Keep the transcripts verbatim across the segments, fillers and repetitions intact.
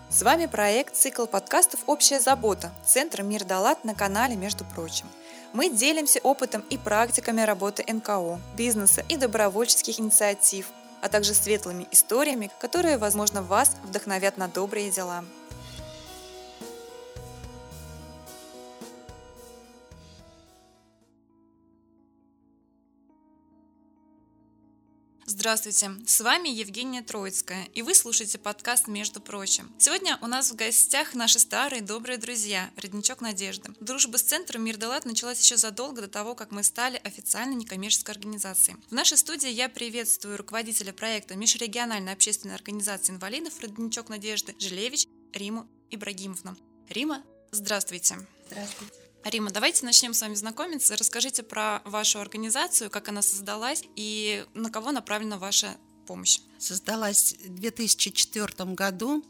С вами проект «Цикл подкастов «Общая забота» Центра «Мир Далат» на канале «Между прочим». Мы делимся опытом и практиками работы эн ка о, бизнеса и добровольческих инициатив, а также светлыми историями, которые, возможно, вас вдохновят на добрые дела. Здравствуйте, с вами Евгения Троицкая, и вы слушаете подкаст «Между прочим». Сегодня у нас в гостях наши старые добрые друзья, Родничок Надежды. Дружба с Центром «Мир Далат» началась еще задолго до того, как мы стали официально некоммерческой организацией. В нашей студии я приветствую руководителя проекта межрегиональной общественной организации инвалидов «Родничок Надежды» Жилевич Риму Ибрагимовну. Рима, здравствуйте. Здравствуйте. Рима, давайте начнем с вами знакомиться. Расскажите про вашу организацию, как она создалась и на кого направлена ваша помощь. Создалась в две тысячи четвёртом году.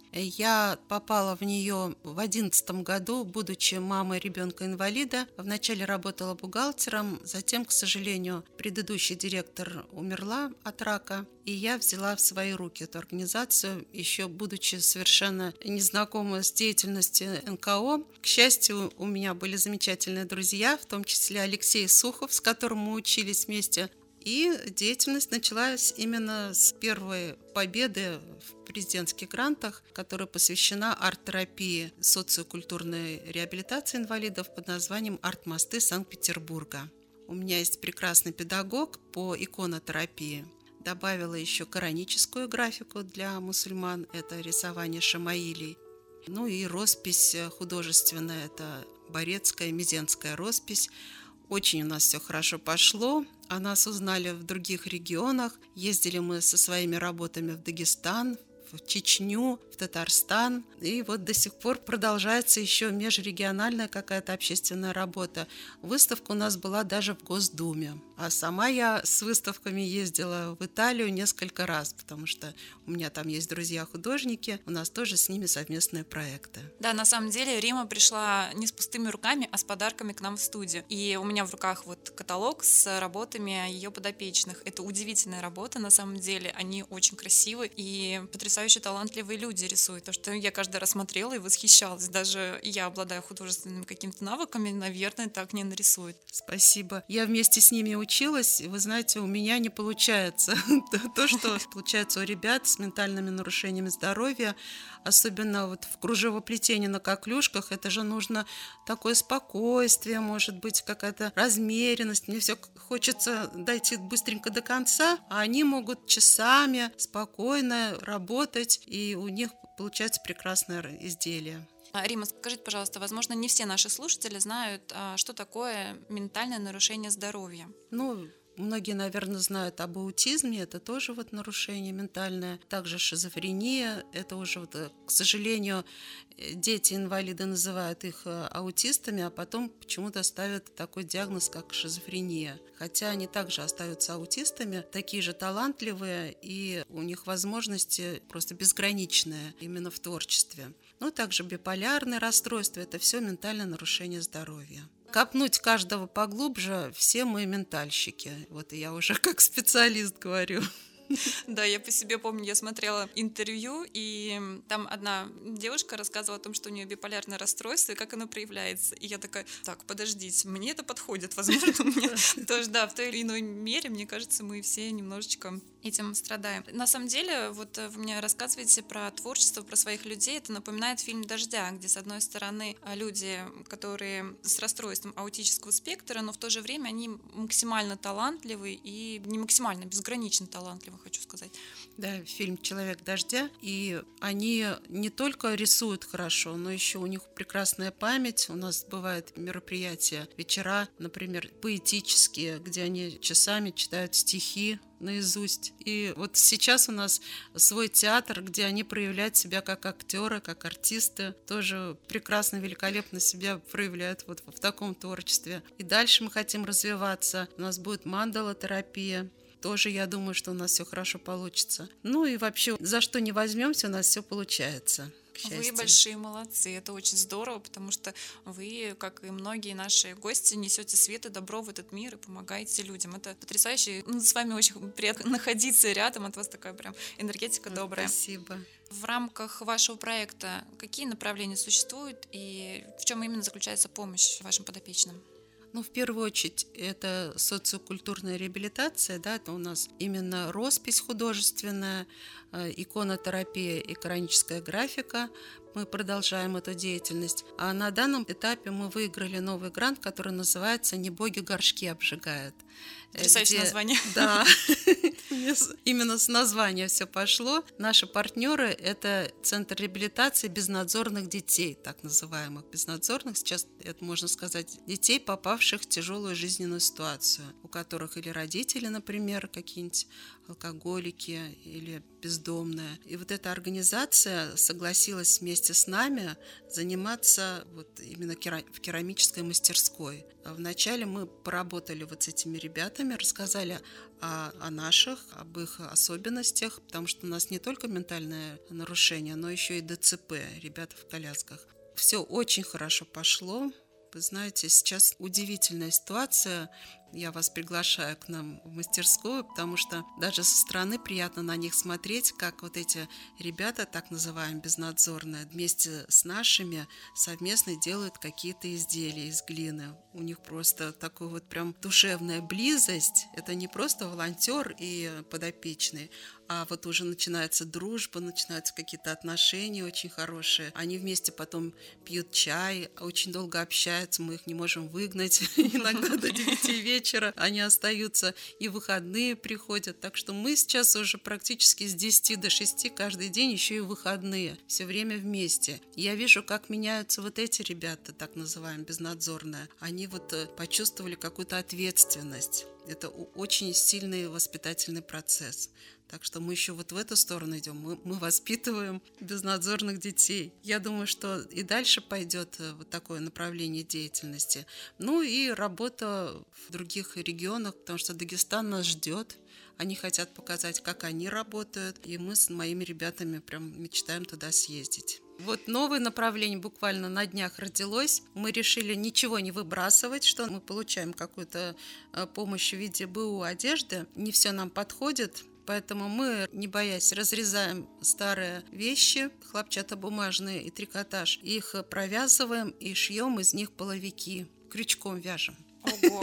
Я попала в нее в две тысячи одиннадцатом году, будучи мамой ребенка-инвалида. Вначале работала бухгалтером, затем, к сожалению, предыдущий директор умерла от рака, и я взяла в свои руки эту организацию, еще будучи совершенно незнакома с деятельностью эн ка о. К счастью, у меня были замечательные друзья, в том числе Алексей Сухов, с которым мы учились вместе. И деятельность началась именно с первой победы в президентских грантах, которая посвящена арт-терапии социокультурной реабилитации инвалидов под названием «Арт-мосты Санкт-Петербурга». У меня есть прекрасный педагог по иконотерапии. Добавила еще кораническую графику для мусульман, это рисование шамаилей. Ну и роспись художественная, это Борецкая, Мезенская роспись. Очень у нас все хорошо пошло, о нас узнали в других регионах. Ездили мы со своими работами в Дагестан, в Чечню, в Татарстан. И вот до сих пор продолжается еще межрегиональная какая-то общественная работа. Выставка у нас была даже в Госдуме. А сама я с выставками ездила в Италию несколько раз, потому что у меня там есть друзья-художники, у нас тоже с ними совместные проекты. Да, на самом деле Рима пришла не с пустыми руками, а с подарками к нам в студию. И у меня в руках вот каталог с работами ее подопечных. Это удивительная работа, на самом деле. Они очень красивые и потрясающе талантливые люди рисуют. То, что я каждый раз смотрела и восхищалась. Даже я, обладая художественными какими-то навыками, наверное, так не нарисует. Спасибо. Я вместе с ними училась, и вы знаете, у меня не получается то, что получается у ребят с ментальными нарушениями здоровья, особенно вот в кружевоплетении на коклюшках. Это же нужно такое спокойствие, может быть, какая-то размеренность. Мне все хочется дойти быстренько до конца, а они могут часами спокойно работать, и у них получается прекрасное изделие. Рима, скажите, пожалуйста, возможно, не все наши слушатели знают, что такое ментальное нарушение здоровья. Ну, многие, наверное, знают об аутизме, это тоже вот нарушение ментальное. Также шизофрения, это уже, вот, к сожалению, дети-инвалиды называют их аутистами, а потом почему-то ставят такой диагноз, как шизофрения. Хотя они также остаются аутистами, такие же талантливые, и у них возможности просто безграничные именно в творчестве. Ну, также биполярное расстройство – это все ментальное нарушение здоровья. Копнуть каждого поглубже, все мы ментальщики. Вот я уже как специалист говорю. Да, я по себе помню, я смотрела интервью, и там одна девушка рассказывала о том, что у нее биполярное расстройство и как оно проявляется. И я такая, так, подождите, мне это подходит, возможно, у меня тоже, да, в той или иной мере, мне кажется, мы все немножечко этим страдаем. На самом деле, вот вы мне рассказываете про творчество, про своих людей, это напоминает фильм «Дождя», где, с одной стороны, люди, которые с расстройством аутического спектра, но в то же время они максимально талантливы и не максимально, безгранично талантливы, хочу сказать. Да, фильм «Человек дождя», и они не только рисуют хорошо, но еще у них прекрасная память. У нас бывают мероприятия, вечера, например, поэтические, где они часами читают стихи наизусть. И вот сейчас у нас свой театр, где они проявляют себя как актеры, как артисты, тоже прекрасно, великолепно себя проявляют вот в таком творчестве. И дальше мы хотим развиваться. У нас будет мандала-терапия. Тоже, я думаю, что у нас все хорошо получится. Ну и вообще, за что не возьмемся, у нас все получается. к счастью. Вы большие молодцы, это очень здорово, потому что вы, как и многие наши гости, несете свет и добро в этот мир и помогаете людям. Это потрясающе. Ну, с вами очень приятно находиться рядом, от вас такая прям энергетика добрая. Спасибо. В рамках вашего проекта какие направления существуют и в чем именно заключается помощь вашим подопечным? Ну, в первую очередь, это социокультурная реабилитация, да, это у нас именно роспись художественная, иконотерапия и керамическая графика. Мы продолжаем эту деятельность. А на данном этапе мы выиграли новый грант, который называется «Не боги горшки обжигают». Потрясающее где, название. Да, именно с названия все пошло. Наши партнеры – это Центр реабилитации безнадзорных детей, так называемых безнадзорных. Сейчас это можно сказать детей, попавших в тяжелую жизненную ситуацию, у которых или родители, например, какие-нибудь алкоголики или бездомные. И вот эта организация согласилась вместе с нами заниматься вот именно в керамической мастерской. Вначале мы поработали вот с этими ребятами, рассказали о, о наших, об их особенностях, потому что у нас не только ментальное нарушение, но еще и ДЦП, ребята в колясках. Все очень хорошо пошло. Вы знаете, сейчас удивительная ситуация. Я вас приглашаю к нам в мастерскую, потому что даже со стороны приятно на них смотреть, как вот эти ребята, так называемые безнадзорные, вместе с нашими совместно делают какие-то изделия из глины. У них просто такая вот прям душевная близость. Это не просто волонтер и подопечный, а вот уже начинается дружба, начинаются какие-то отношения очень хорошие. Они вместе потом пьют чай, очень долго общаются, мы их не можем выгнать иногда до девяти вечера. Вечера они остаются, и в выходные приходят. Так что мы сейчас уже практически с десяти до шести каждый день, еще и в выходные, все время вместе. Я вижу, как меняются вот эти ребята, так называемые безнадзорные. Они вот почувствовали какую-то ответственность. Это очень сильный воспитательный процесс. Так что мы еще вот в эту сторону идем. Мы, мы воспитываем безнадзорных детей. Я думаю, что и дальше пойдет вот такое направление деятельности. Ну и работа в других регионах, потому что Дагестан нас ждет. Они хотят показать, как они работают. И мы с моими ребятами прям мечтаем туда съездить. Вот новое направление буквально на днях родилось. Мы решили ничего не выбрасывать, что мы получаем какую-то помощь в виде БУ одежды. Не все нам подходит. Поэтому мы, не боясь, разрезаем старые вещи, хлопчатобумажные и трикотаж, их провязываем и шьем из них половики, крючком вяжем. Ого!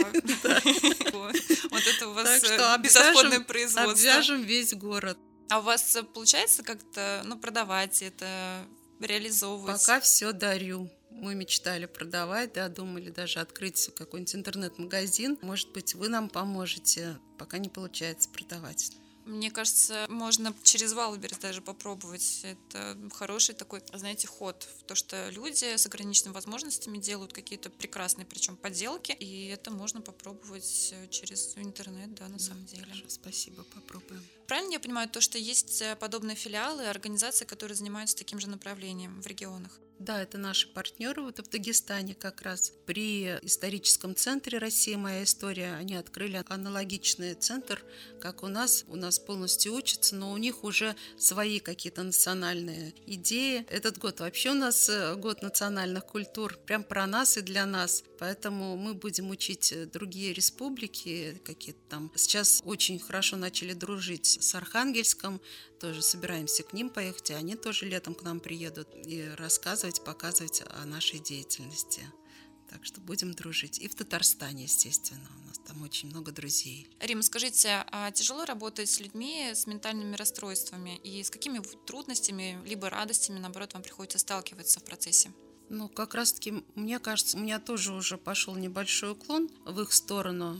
Вот это у вас безотходное производство. Обвяжем весь город. А у вас получается как-то ну, продавать это, реализовывать? Пока все дарю. Мы мечтали продавать, да, думали даже открыть какой-нибудь интернет-магазин. Может быть, вы нам поможете, пока не получается продавать. Мне кажется, можно через Валберес даже попробовать. Это хороший такой, знаете, ход в то, что люди с ограниченными возможностями делают какие-то прекрасные, причем поделки, и это можно попробовать через интернет, да, на самом деле. Хорошо, спасибо, попробуем. Правильно я понимаю то, что есть подобные филиалы, организации, которые занимаются таким же направлением в регионах? Да, это наши партнеры. Вот в Дагестане как раз при историческом центре «Россия. Моя история» они открыли аналогичный центр, как у нас. У нас полностью учатся, но у них уже свои какие-то национальные идеи. Этот год вообще у нас год национальных культур, прям про нас и для нас. Поэтому мы будем учить другие республики какие-то там. Сейчас очень хорошо начали дружить с Архангельском, тоже собираемся к ним поехать, и они тоже летом к нам приедут и рассказывать, показывать о нашей деятельности. Так что будем дружить. И в Татарстане, естественно, у нас там очень много друзей. Рим, скажите, а тяжело работать с людьми с ментальными расстройствами? И с какими трудностями, либо радостями, наоборот, вам приходится сталкиваться в процессе? Ну, как раз-таки, мне кажется, у меня тоже уже пошел небольшой уклон в их сторону.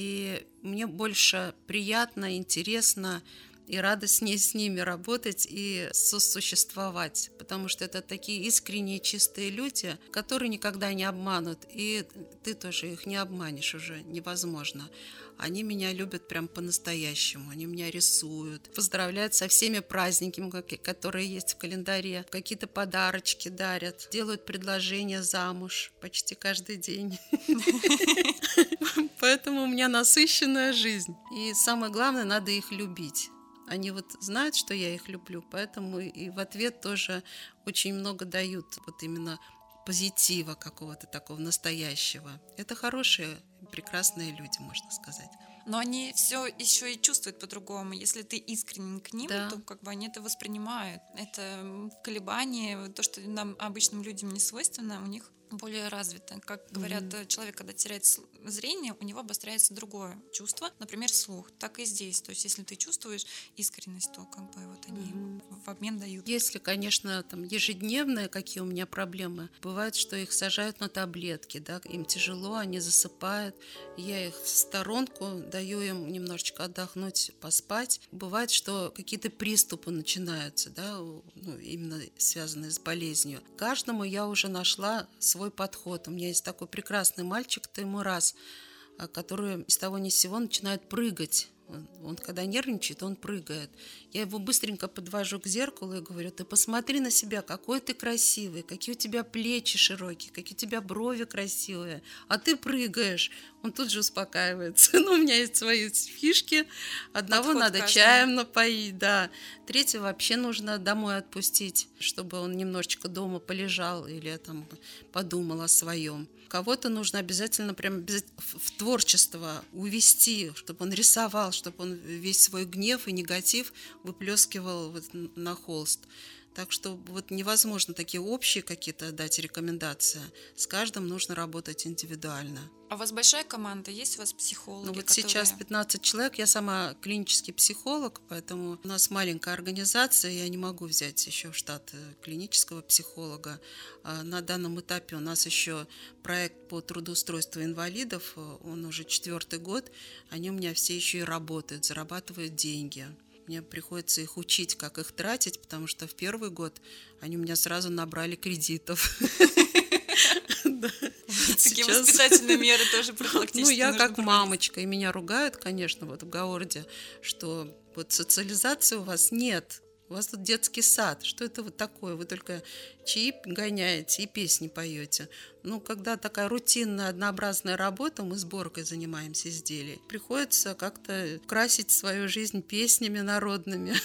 И мне больше приятно, интересно и радостнее с ними работать и сосуществовать, потому что это такие искренние, чистые люди, которые никогда не обманут, и ты тоже их не обманешь уже, невозможно. Они меня любят прям по-настоящему, они меня рисуют, поздравляют со всеми праздниками, которые есть в календаре, какие-то подарочки дарят, делают предложения замуж почти каждый день. Поэтому у меня насыщенная жизнь. И самое главное, надо их любить. Они вот знают, что я их люблю, поэтому и в ответ тоже очень много дают вот именно позитива какого-то такого настоящего. Это хорошие, прекрасные люди, можно сказать. Но они все еще и чувствуют по-другому. Если ты искренен к ним, Да. то как бы они это воспринимают. Это колебание, то, что нам, обычным людям, не свойственно, у них более развито. Как говорят, mm-hmm. человек, когда теряет зрение, у него обостряется другое чувство, например, слух. Так и здесь. То есть, если ты чувствуешь искренность, то как бы вот они mm-hmm. в обмен дают. Если, конечно, там ежедневные какие у меня проблемы, бывает, что их сажают на таблетки, да, им тяжело, они засыпают, я их в сторонку даю им немножечко отдохнуть, поспать. Бывает, что какие-то приступы начинаются, да, ну, именно связанные с болезнью. Каждому я уже нашла свой подход. У меня есть такой прекрасный мальчик Таймураз, который ни с того ни с сего начинает прыгать. Он, он когда нервничает, он прыгает. Я его быстренько подвожу к зеркалу и говорю: ты посмотри на себя, какой ты красивый, какие у тебя плечи широкие, какие у тебя брови красивые, а ты прыгаешь. Он тут же успокаивается. Ну, у меня есть свои фишки. Одного Подход надо каждому. Чаем напоить, да. Третьего вообще нужно домой отпустить, чтобы он немножечко дома полежал или там подумал о своем. Кого-то нужно обязательно прям в творчество увести, чтобы он рисовал, чтобы он весь свой гнев и негатив выплескивал вот на холст. Так что вот невозможно такие общие какие-то дать рекомендации. С каждым нужно работать индивидуально. А у вас большая команда? Есть у вас психологи? Ну вот которые... сейчас пятнадцать человек. Я сама клинический психолог, поэтому у нас маленькая организация. Я не могу взять еще в штат клинического психолога. На данном этапе у нас еще проект по трудоустройству инвалидов. Он уже четвертый год. Они у меня все еще и работают, зарабатывают деньги. Мне приходится их учить, как их тратить, потому что в первый год они у меня сразу набрали кредитов. Такие воспитательные меры тоже профилактически. Ну, я как мамочка, и меня ругают, конечно, вот в Гаорде, что вот социализации у вас нет. У вас тут детский сад. Что это вот такое? Вы только чаи гоняете и песни поете. Ну, когда такая рутинная, однообразная работа, мы сборкой занимаемся изделий, приходится как-то красить свою жизнь песнями народными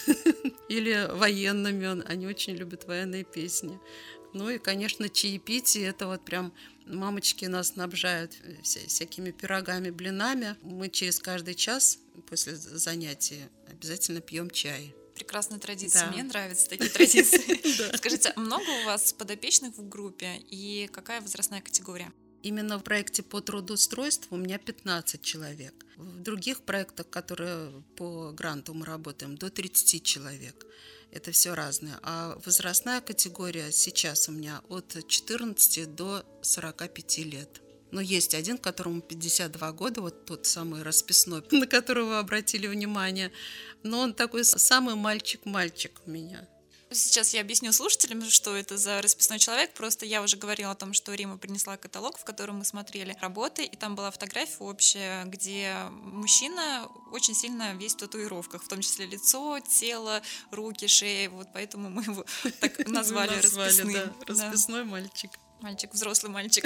или военными. Они очень любят военные песни. Ну и, конечно, чаепитие, это вот прям мамочки нас снабжают всякими пирогами, блинами. Мы через каждый час после занятий обязательно пьем чай. Прекрасная традиция, да. Мне нравятся такие традиции. Скажите, много у вас подопечных в группе и какая возрастная категория? Именно в проекте по трудоустройству у меня пятнадцать человек. В других проектах, которые по гранту мы работаем, до тридцать человек. Это все разное. А возрастная категория сейчас у меня от четырнадцати до сорока пяти лет. Но есть один, которому пятьдесят два года, вот тот самый расписной, на которого вы обратили внимание. Но он такой самый мальчик-мальчик у меня. Сейчас я объясню слушателям, что это за расписной человек. Просто я уже говорила о том, что Рима принесла каталог, в котором мы смотрели работы, и там была фотография общая, где мужчина очень сильно весь в татуировках, в том числе лицо, тело, руки, шея. Вот поэтому мы его так назвали расписным. Расписной мальчик. Мальчик, взрослый мальчик.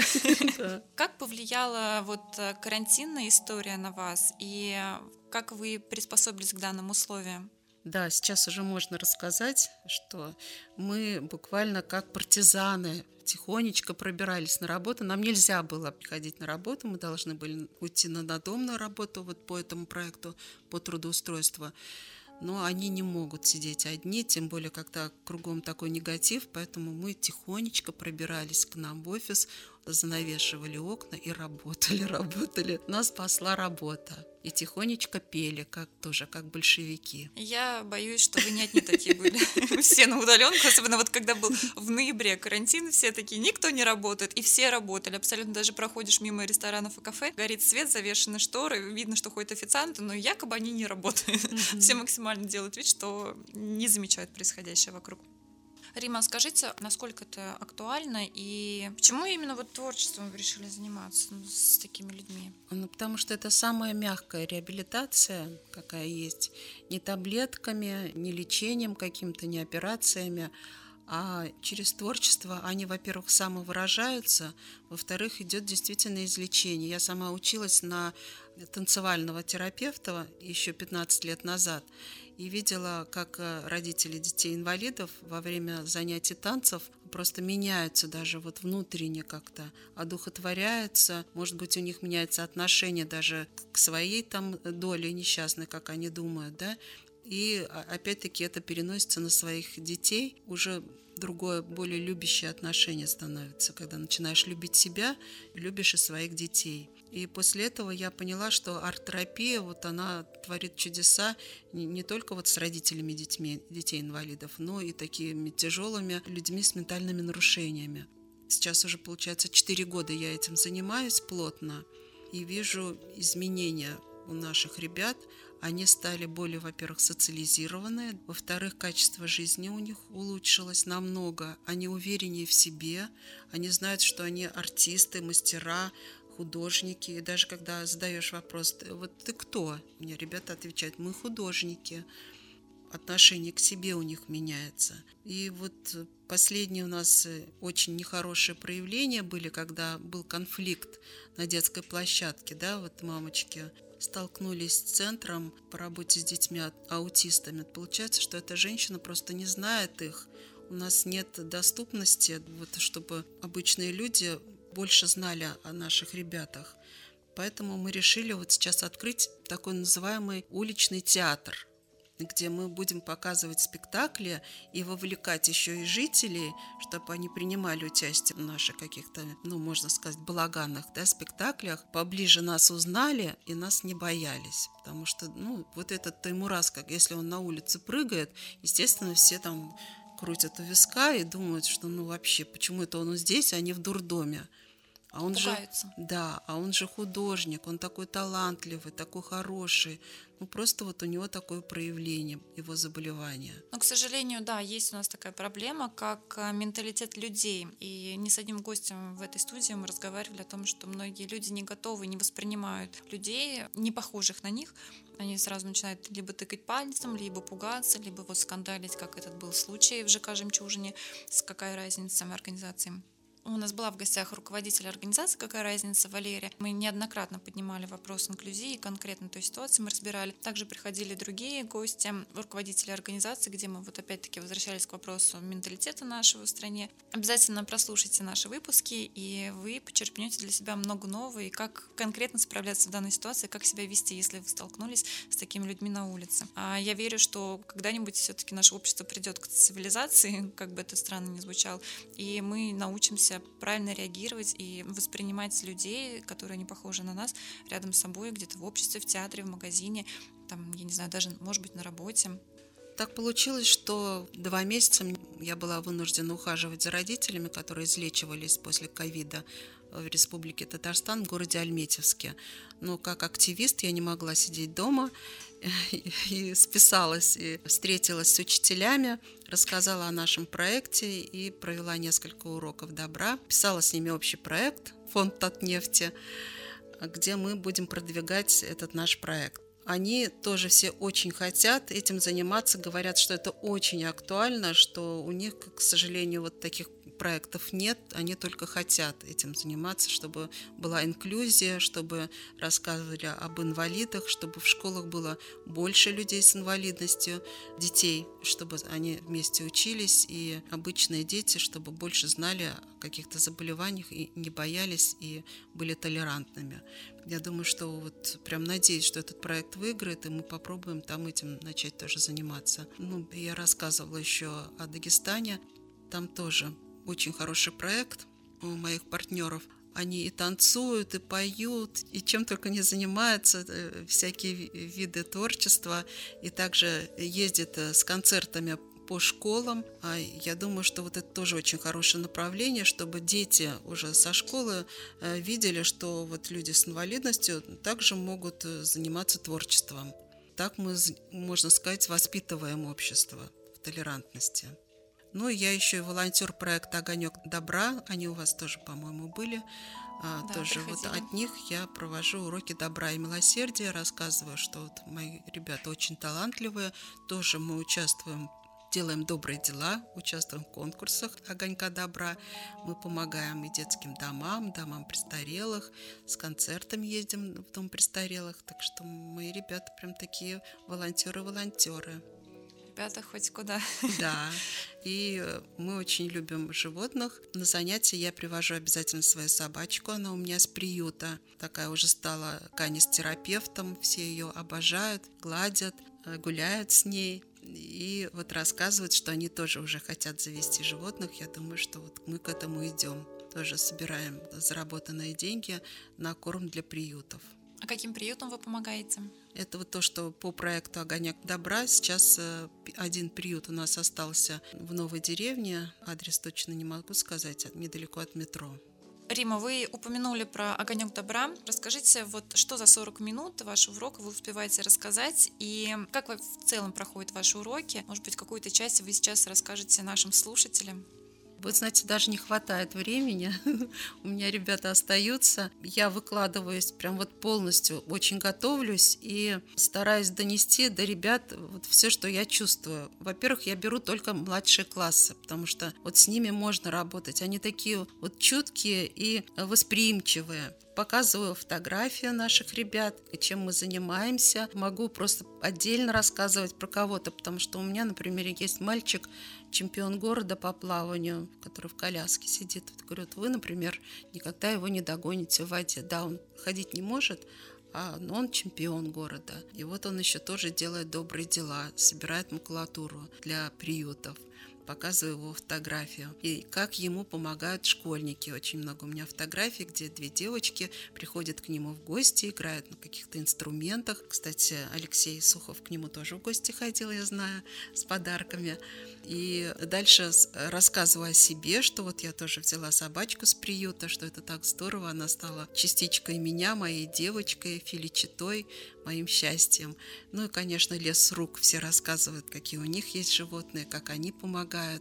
Как повлияла вот карантинная история на вас, и как вы приспособились к данным условиям? Да, сейчас уже можно рассказать, что мы буквально как партизаны тихонечко пробирались на работу. Нам нельзя было приходить на работу, мы должны были уйти на надомную работу вот по этому проекту, по трудоустройству. Но они не могут сидеть одни, тем более, когда кругом такой негатив, поэтому мы тихонечко пробирались к нам в офис, занавешивали окна и работали, работали. Нас спасла работа. И тихонечко пели, как тоже, как большевики. Я боюсь, что вы не одни такие были. Все на удаленку, особенно вот когда был в ноябре карантин, все такие, никто не работает, и все работали. Абсолютно даже проходишь мимо ресторанов и кафе, горит свет, завешены шторы, видно, что ходят официанты, но якобы они не работают. Mm-hmm. Все максимально делают вид, что не замечают происходящее вокруг. Рима, скажите, насколько это актуально и почему именно вот творчеством вы решили заниматься с такими людьми? Ну, потому что это самая мягкая реабилитация, какая есть. Не таблетками, не лечением каким-то, не операциями, А через творчество они, во-первых, самовыражаются, во-вторых, идет действительно излечение. Я сама училась на танцевального терапевта еще пятнадцать лет назад и видела, как родители детей-инвалидов во время занятий танцев просто меняются даже вот внутренне как-то, одухотворяются, может быть, у них меняется отношение даже к своей там доле несчастной, как они думают, да, и опять-таки это переносится на своих детей, уже другое, более любящее отношение становится, когда начинаешь любить себя, любишь и своих детей. И после этого я поняла, что арт-терапия, вот она творит чудеса не, не только вот с родителями детьми, детей-инвалидов, но и такими тяжелыми людьми с ментальными нарушениями. Сейчас уже, получается, четыре года я этим занимаюсь плотно и вижу изменения у наших ребят. Они стали более, во-первых, социализированные, во-вторых, качество жизни у них улучшилось намного. Они увереннее в себе, они знают, что они артисты, мастера, художники. И даже когда задаешь вопрос, вот ты кто? Мне ребята отвечают, мы художники. Отношение к себе у них меняется. И вот последние у нас очень нехорошие проявления были, когда был конфликт на детской площадке, да, вот мамочки столкнулись с центром по работе с детьми аутистами. Получается, что эта женщина просто не знает их. У нас нет доступности, вот, чтобы обычные люди больше знали о наших ребятах. Поэтому мы решили вот сейчас открыть такой называемый уличный театр, где мы будем показывать спектакли и вовлекать еще и жителей, чтобы они принимали участие в наших каких-то, ну, можно сказать, балаганных, да, спектаклях, поближе нас узнали и нас не боялись. Потому что, ну, вот этот таймураз, как если он на улице прыгает, естественно, все там крутят у виска и думают, что, ну, вообще, почему это он здесь, а не в дурдоме. А он Пугаются. же, да, а он же художник, он такой талантливый, такой хороший. Ну, просто вот у него такое проявление его заболевания. Но, к сожалению, да, есть у нас такая проблема, как менталитет людей. И не с одним гостем в этой студии мы разговаривали о том, что многие люди не готовы, не воспринимают людей, не похожих на них. Они сразу начинают либо тыкать пальцем, либо пугаться, либо вот скандалить, как этот был случай в ЖК «Жемчужине», с какая разница самой организации. У нас была в гостях руководитель организации «Какая разница» Валерия. Мы неоднократно поднимали вопрос инклюзии, конкретно той ситуации мы разбирали. Также приходили другие гости, руководители организации, где мы вот опять-таки возвращались к вопросу менталитета нашего в стране. Обязательно прослушайте наши выпуски, и вы почерпнете для себя много нового, и как конкретно справляться в данной ситуации, как себя вести, если вы столкнулись с такими людьми на улице. А я верю, что когда-нибудь все-таки наше общество придет к цивилизации, как бы это странно ни звучало, и мы научимся правильно реагировать и воспринимать людей, которые не похожи на нас, рядом с собой, где-то в обществе, в театре, в магазине, там, я не знаю, даже, может быть, на работе. Так получилось, что два месяца я была вынуждена ухаживать за родителями, которые излечивались после ковида в Республике Татарстан, в городе Альметьевске. Но как активист я не могла сидеть дома, и списалась, и встретилась с учителями, рассказала о нашем проекте и провела несколько уроков добра. Писала с ними общий проект «Фонд Татнефти», где мы будем продвигать этот наш проект. Они тоже все очень хотят этим заниматься, говорят, что это очень актуально, что у них, к сожалению, вот таких проектов нет, они только хотят этим заниматься, чтобы была инклюзия, чтобы рассказывали об инвалидах, чтобы в школах было больше людей с инвалидностью, детей, чтобы они вместе учились, и обычные дети, чтобы больше знали о каких-то заболеваниях и не боялись, и были толерантными. Я думаю, что вот прям надеюсь, что этот проект выиграет, и мы попробуем там этим начать тоже заниматься. Ну, я рассказывала еще о Дагестане, там тоже очень хороший проект у моих партнеров. Они и танцуют, и поют, и чем только не занимаются, всякие виды творчества, и также ездят с концертами по школам. Я думаю, что вот это тоже очень хорошее направление, чтобы дети уже со школы видели, что вот люди с инвалидностью также могут заниматься творчеством. Так мы, можно сказать, воспитываем общество в толерантности. Ну, я еще и волонтер проекта «Огонек добра». Они у вас тоже, по-моему, были. А, да, тоже приходили. Вот от них я провожу уроки добра и милосердия, рассказываю, что вот мои ребята очень талантливые. Тоже мы участвуем делаем добрые дела, участвуем в конкурсах «Огонька добра». Мы помогаем и детским домам, домам престарелых, с концертами ездим в дом престарелых. Так что мои ребята прям такие волонтеры-волонтеры. Ребята хоть куда. Да, и мы очень любим животных. На занятия я привожу обязательно свою собачку, она у меня с приюта. Такая уже стала канистерапевтом, все ее обожают, гладят, гуляют с ней. И вот рассказывают, что они тоже уже хотят завести животных. Я думаю, что вот мы к этому идем. Тоже собираем заработанные деньги на корм для приютов. А каким приютам вы помогаете? Это вот то, что по проекту «Огонек добра». Сейчас один приют у нас остался в новой деревне. Адрес точно не могу сказать, недалеко от метро. Рима, вы упомянули про «Огонек добра». Расскажите, вот что за сорок минут вашего урока вы успеваете рассказать, и как в целом проходят ваши уроки? Может быть, какую-то часть вы сейчас расскажете нашим слушателям? Вы знаете, даже не хватает времени. У меня ребята остаются. Я выкладываюсь прям вот полностью, очень готовлюсь и стараюсь донести до ребят вот все, что я чувствую. Во-первых, я беру только младшие классы, потому что вот с ними можно работать. Они такие вот чуткие и восприимчивые. Показываю фотографии наших ребят, чем мы занимаемся. Могу просто отдельно рассказывать про кого-то, потому что у меня, например, есть мальчик, чемпион города по плаванию, который в коляске сидит. Вот говорят, вы, например, никогда его не догоните в воде. Да, он ходить не может, а, но он чемпион города. И вот он еще тоже делает добрые дела, собирает макулатуру для приютов. Показываю его фотографию. И как ему помогают школьники. Очень много у меня фотографий, где две девочки приходят к нему в гости, играют на каких-то инструментах. Кстати, Алексей Сухов к нему тоже в гости ходил, я знаю, с подарками. И дальше рассказываю о себе, что вот я тоже взяла собачку с приюта, что это так здорово, она стала частичкой меня, моей девочкой, филичитой, моим счастьем. Ну и, конечно, лес рук, все рассказывают, какие у них есть животные, как они помогают.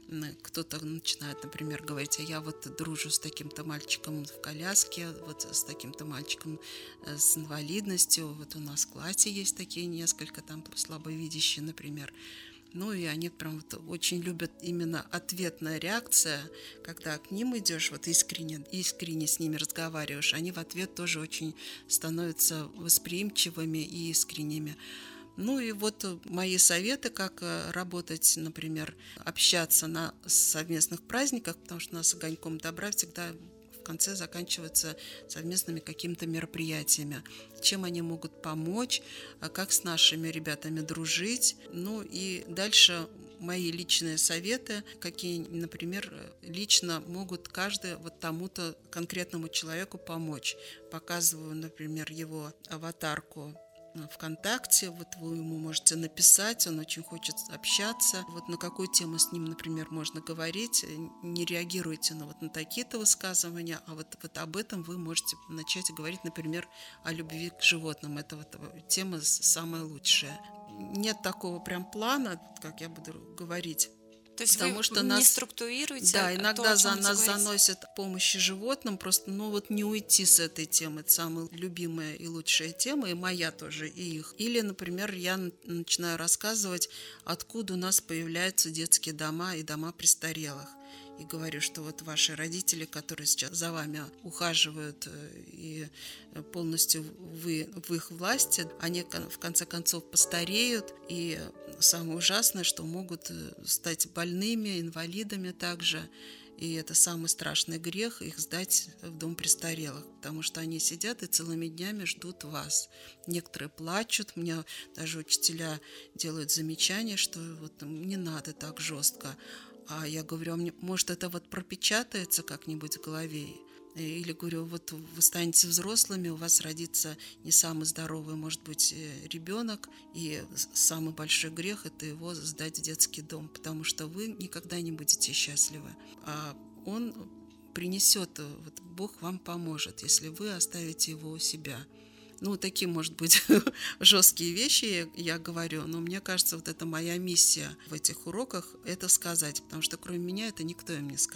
Кто-то начинает, например, говорить, а я вот дружу с таким-то мальчиком в коляске, вот с таким-то мальчиком с инвалидностью. Вот у нас в классе есть такие несколько, там слабовидящие, например. Ну и они прям вот очень любят именно ответная реакция, когда к ним идешь, вот искренне, искренне с ними разговариваешь, они в ответ тоже очень становятся восприимчивыми и искренними. Ну и вот мои советы, как работать, например, общаться на совместных праздниках, потому что у нас с «Огоньком добра» всегда в конце заканчиваются совместными какими-то мероприятиями. Чем они могут помочь, как с нашими ребятами дружить. Ну и дальше мои личные советы, какие, например, лично могут каждый вот тому-то конкретному человеку помочь. Показываю, например, его аватарку ВКонтакте, вот вы ему можете написать, он очень хочет общаться, вот на какую тему с ним, например, можно говорить, не реагируйте на вот на такие-то высказывания, а вот, вот об этом вы можете начать говорить, например, о любви к животным, это вот тема самая лучшая. Нет такого прям плана, как я буду говорить. То есть Потому вы что не нас, структурируете? Да, иногда то, за нас заносят помощи животным, просто ну вот не уйти с этой темы. Это самая любимая и лучшая тема, и моя тоже, и их. Или, например, я начинаю рассказывать, откуда у нас появляются детские дома и дома престарелых. И говорю, что вот ваши родители, которые сейчас за вами ухаживают и полностью вы в их власти, они в конце концов постареют. И самое ужасное, что могут стать больными, инвалидами также. И это самый страшный грех их сдать в дом престарелых, потому что они сидят и целыми днями ждут вас. Некоторые плачут, мне даже учителя делают замечания, что вот не надо так жестко. А я говорю, а мне, может, это вот пропечатается как-нибудь в голове? Или говорю, вот вы станете взрослыми, у вас родится не самый здоровый, может быть, ребенок, и самый большой грех – это его сдать в детский дом, потому что вы никогда не будете счастливы. А он принесет, вот Бог вам поможет, если вы оставите его у себя. Ну, такие, может быть, жесткие вещи я говорю, но мне кажется, вот это моя миссия в этих уроках – это сказать, потому что кроме меня это никто им не скажет.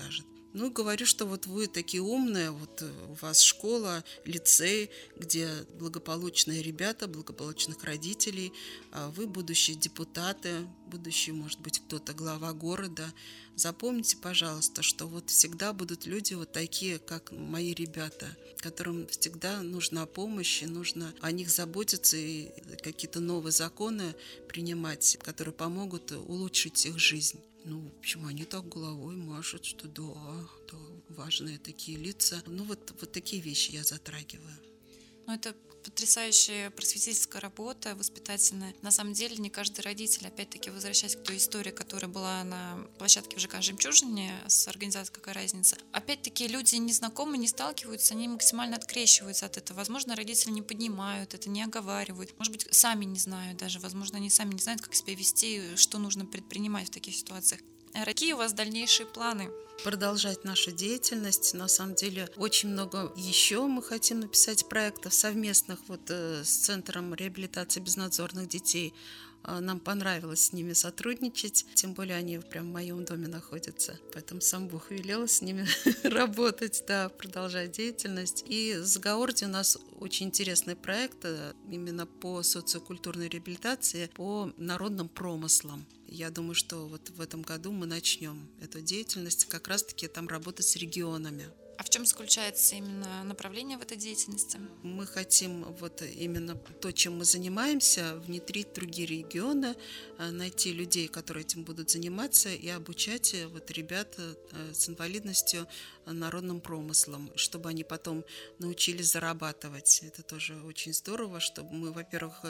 Ну, говорю, что вот вы такие умные, вот у вас школа, лицей, где благополучные ребята, благополучных родителей, а вы будущие депутаты, будущий, может быть, кто-то глава города. Запомните, пожалуйста, что вот всегда будут люди вот такие, как мои ребята, которым всегда нужна помощь, и нужно о них заботиться и какие-то новые законы принимать, которые помогут улучшить их жизнь. Ну, в общем, они так головой машут, что да, да, важные такие лица. Ну, вот, вот такие вещи я затрагиваю. Ну, это потрясающая просветительская работа, воспитательная. На самом деле, не каждый родитель, опять-таки, возвращаясь к той истории, которая была на площадке в ЖК «Жемчужине» с организацией «Какая разница», опять-таки, люди незнакомые, не сталкиваются, они максимально открещиваются от этого. Возможно, родители не поднимают это, не оговаривают. Может быть, сами не знают даже. Возможно, они сами не знают, как себя вести, что нужно предпринимать в таких ситуациях. А какие у вас дальнейшие планы? Продолжать нашу деятельность. На самом деле очень много еще мы хотим написать проектов совместных вот э, с Центром реабилитации безнадзорных детей. Э, нам понравилось с ними сотрудничать, тем более они прям в моем доме находятся. Поэтому сам Бог велел с ними работать, да, продолжать деятельность. И с Гаорди у нас очень интересный проект э, именно по социокультурной реабилитации, по народным промыслам. Я думаю, что вот в этом году мы начнем эту деятельность, как раз-таки там работать с регионами. А в чем заключается именно направление в этой деятельности? Мы хотим вот именно то, чем мы занимаемся, внедрить в другие регионы, найти людей, которые этим будут заниматься, и обучать вот ребят с инвалидностью народным промыслом, чтобы они потом научились зарабатывать. Это тоже очень здорово, чтобы мы, во-первых,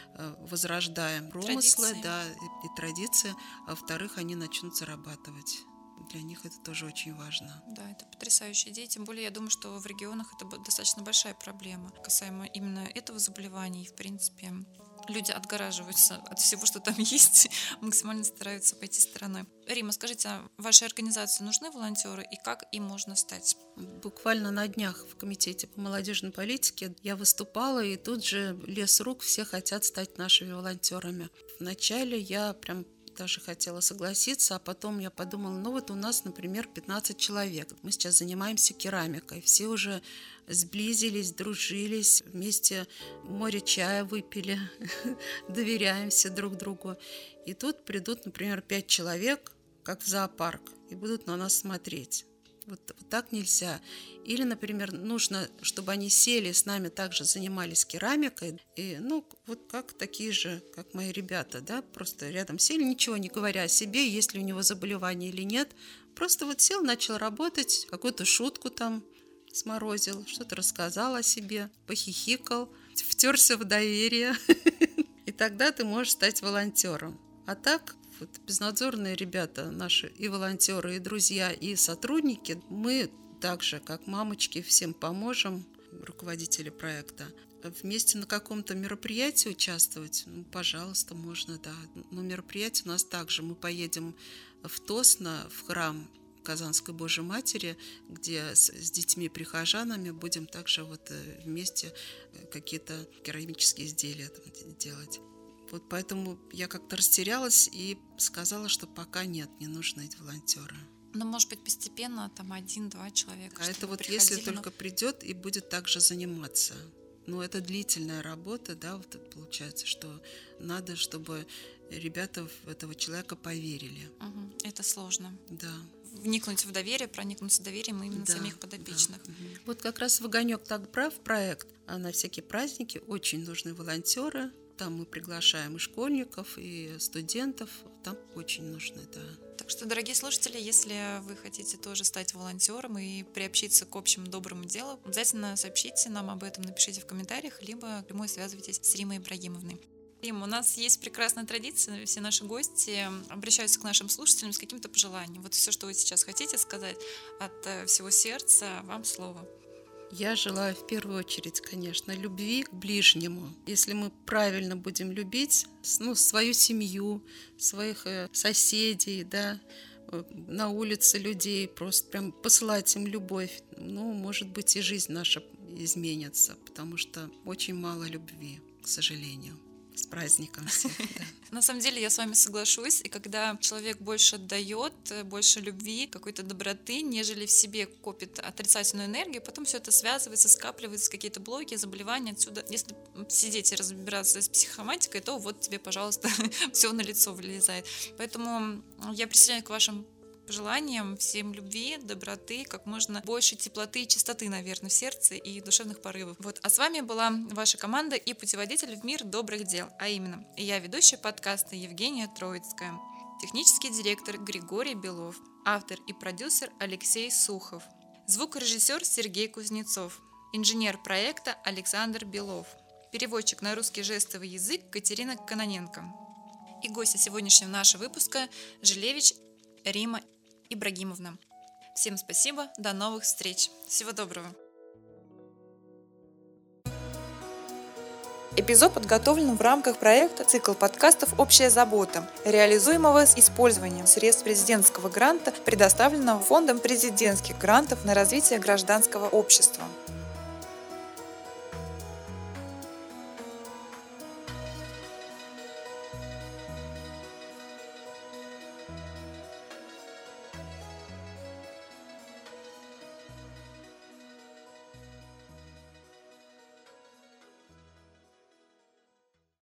возрождаем промыслы, традиции. Да, и, и традиции, а во-вторых, они начнут зарабатывать. Для них это тоже очень важно. Да, это потрясающая идея. Тем более, я думаю, что в регионах это достаточно большая проблема касаемо именно этого заболевания. И, в принципе, люди отгораживаются от всего, что там есть, максимально стараются пойти стороной. Рима, скажите, а вашей организации нужны волонтеры и как им можно стать? Буквально на днях в Комитете по молодежной политике я выступала, и тут же лес рук, все хотят стать нашими волонтерами. Вначале я прям даже хотела согласиться, а потом я подумала, ну вот у нас, например, пятнадцать человек. Мы сейчас занимаемся керамикой. Все уже сблизились, дружились, вместе море чая выпили, доверяемся друг другу. И тут придут, например, пять человек, как в зоопарк, и будут на нас смотреть. Вот, вот так нельзя. Или, например, нужно, чтобы они сели с нами, также занимались керамикой. И, ну, вот как такие же, как мои ребята, да, просто рядом сели, ничего не говоря о себе, есть ли у него заболевание или нет. Просто вот сел, начал работать, какую-то шутку там сморозил, что-то рассказал о себе, похихикал, втерся в доверие. И тогда ты можешь стать волонтером. А так... Вот безнадзорные ребята наши, и волонтеры, и друзья, и сотрудники, мы так же, как мамочки, всем поможем, руководители проекта. Вместе на каком-то мероприятии участвовать, ну, пожалуйста, можно, да. Но мероприятие у нас также. Мы поедем в Тосно, в храм Казанской Божьей Матери, где с, с детьми-прихожанами будем также вот вместе какие-то керамические изделия там делать. Вот поэтому я как-то растерялась и сказала, что пока нет, не нужны эти волонтеры. Ну, может быть, постепенно, там один-два человека. А это вот если но... только придет и будет также заниматься. Но это длительная работа, да, вот получается, что надо, чтобы ребята в этого человека поверили. Угу. Это сложно. Да. Вникнуть в доверие, проникнуть в доверием именно да, самих подопечных. Да. Угу. Вот как раз в «Огонек так прав» проект, а на всякие праздники очень нужны волонтеры. Там мы приглашаем и школьников, и студентов. Там очень нужны, да. Так что, дорогие слушатели, если вы хотите тоже стать волонтером и приобщиться к общему доброму делу, обязательно сообщите нам об этом, напишите в комментариях, либо прямой связывайтесь с Римой Ибрагимовной. Рим, у нас есть прекрасная традиция, все наши гости обращаются к нашим слушателям с каким-то пожеланием. Вот все, что вы сейчас хотите сказать от всего сердца, вам слово. Я желаю в первую очередь, конечно, любви к ближнему. Если мы правильно будем любить, ну, свою семью, своих соседей, да, на улице людей, просто прям посылать им любовь, ну, может быть, и жизнь наша изменится, потому что очень мало любви, к сожалению. С праздником всех, да. На самом деле я с вами соглашусь, и когда человек больше отдает, больше любви, какой-то доброты, нежели в себе копит отрицательную энергию, потом все это связывается, скапливается, какие-то блоки, заболевания отсюда. Если сидеть и разбираться с психосоматикой, то вот тебе, пожалуйста, все на лицо вылезает. Поэтому я присоединяюсь к вашим пожеланиям, всем любви, доброты, как можно больше теплоты и чистоты, наверное, в сердце и душевных порывов. Вот. А с вами была ваша команда и путеводитель в мир добрых дел, а именно я, ведущая подкаста Евгения Троицкая, технический директор Григорий Белов, автор и продюсер Алексей Сухов, звукорежиссер Сергей Кузнецов, инженер проекта Александр Белов, переводчик на русский жестовый язык Катерина Кононенко. И гостья сегодняшнего нашего выпуска Жилевич Рима Ибрагимовна. Всем спасибо, до новых встреч. Всего доброго. Эпизод подготовлен в рамках проекта «Цикл подкастов «Общая забота», реализуемого с использованием средств президентского гранта, предоставленного Фондом президентских грантов на развитие гражданского общества.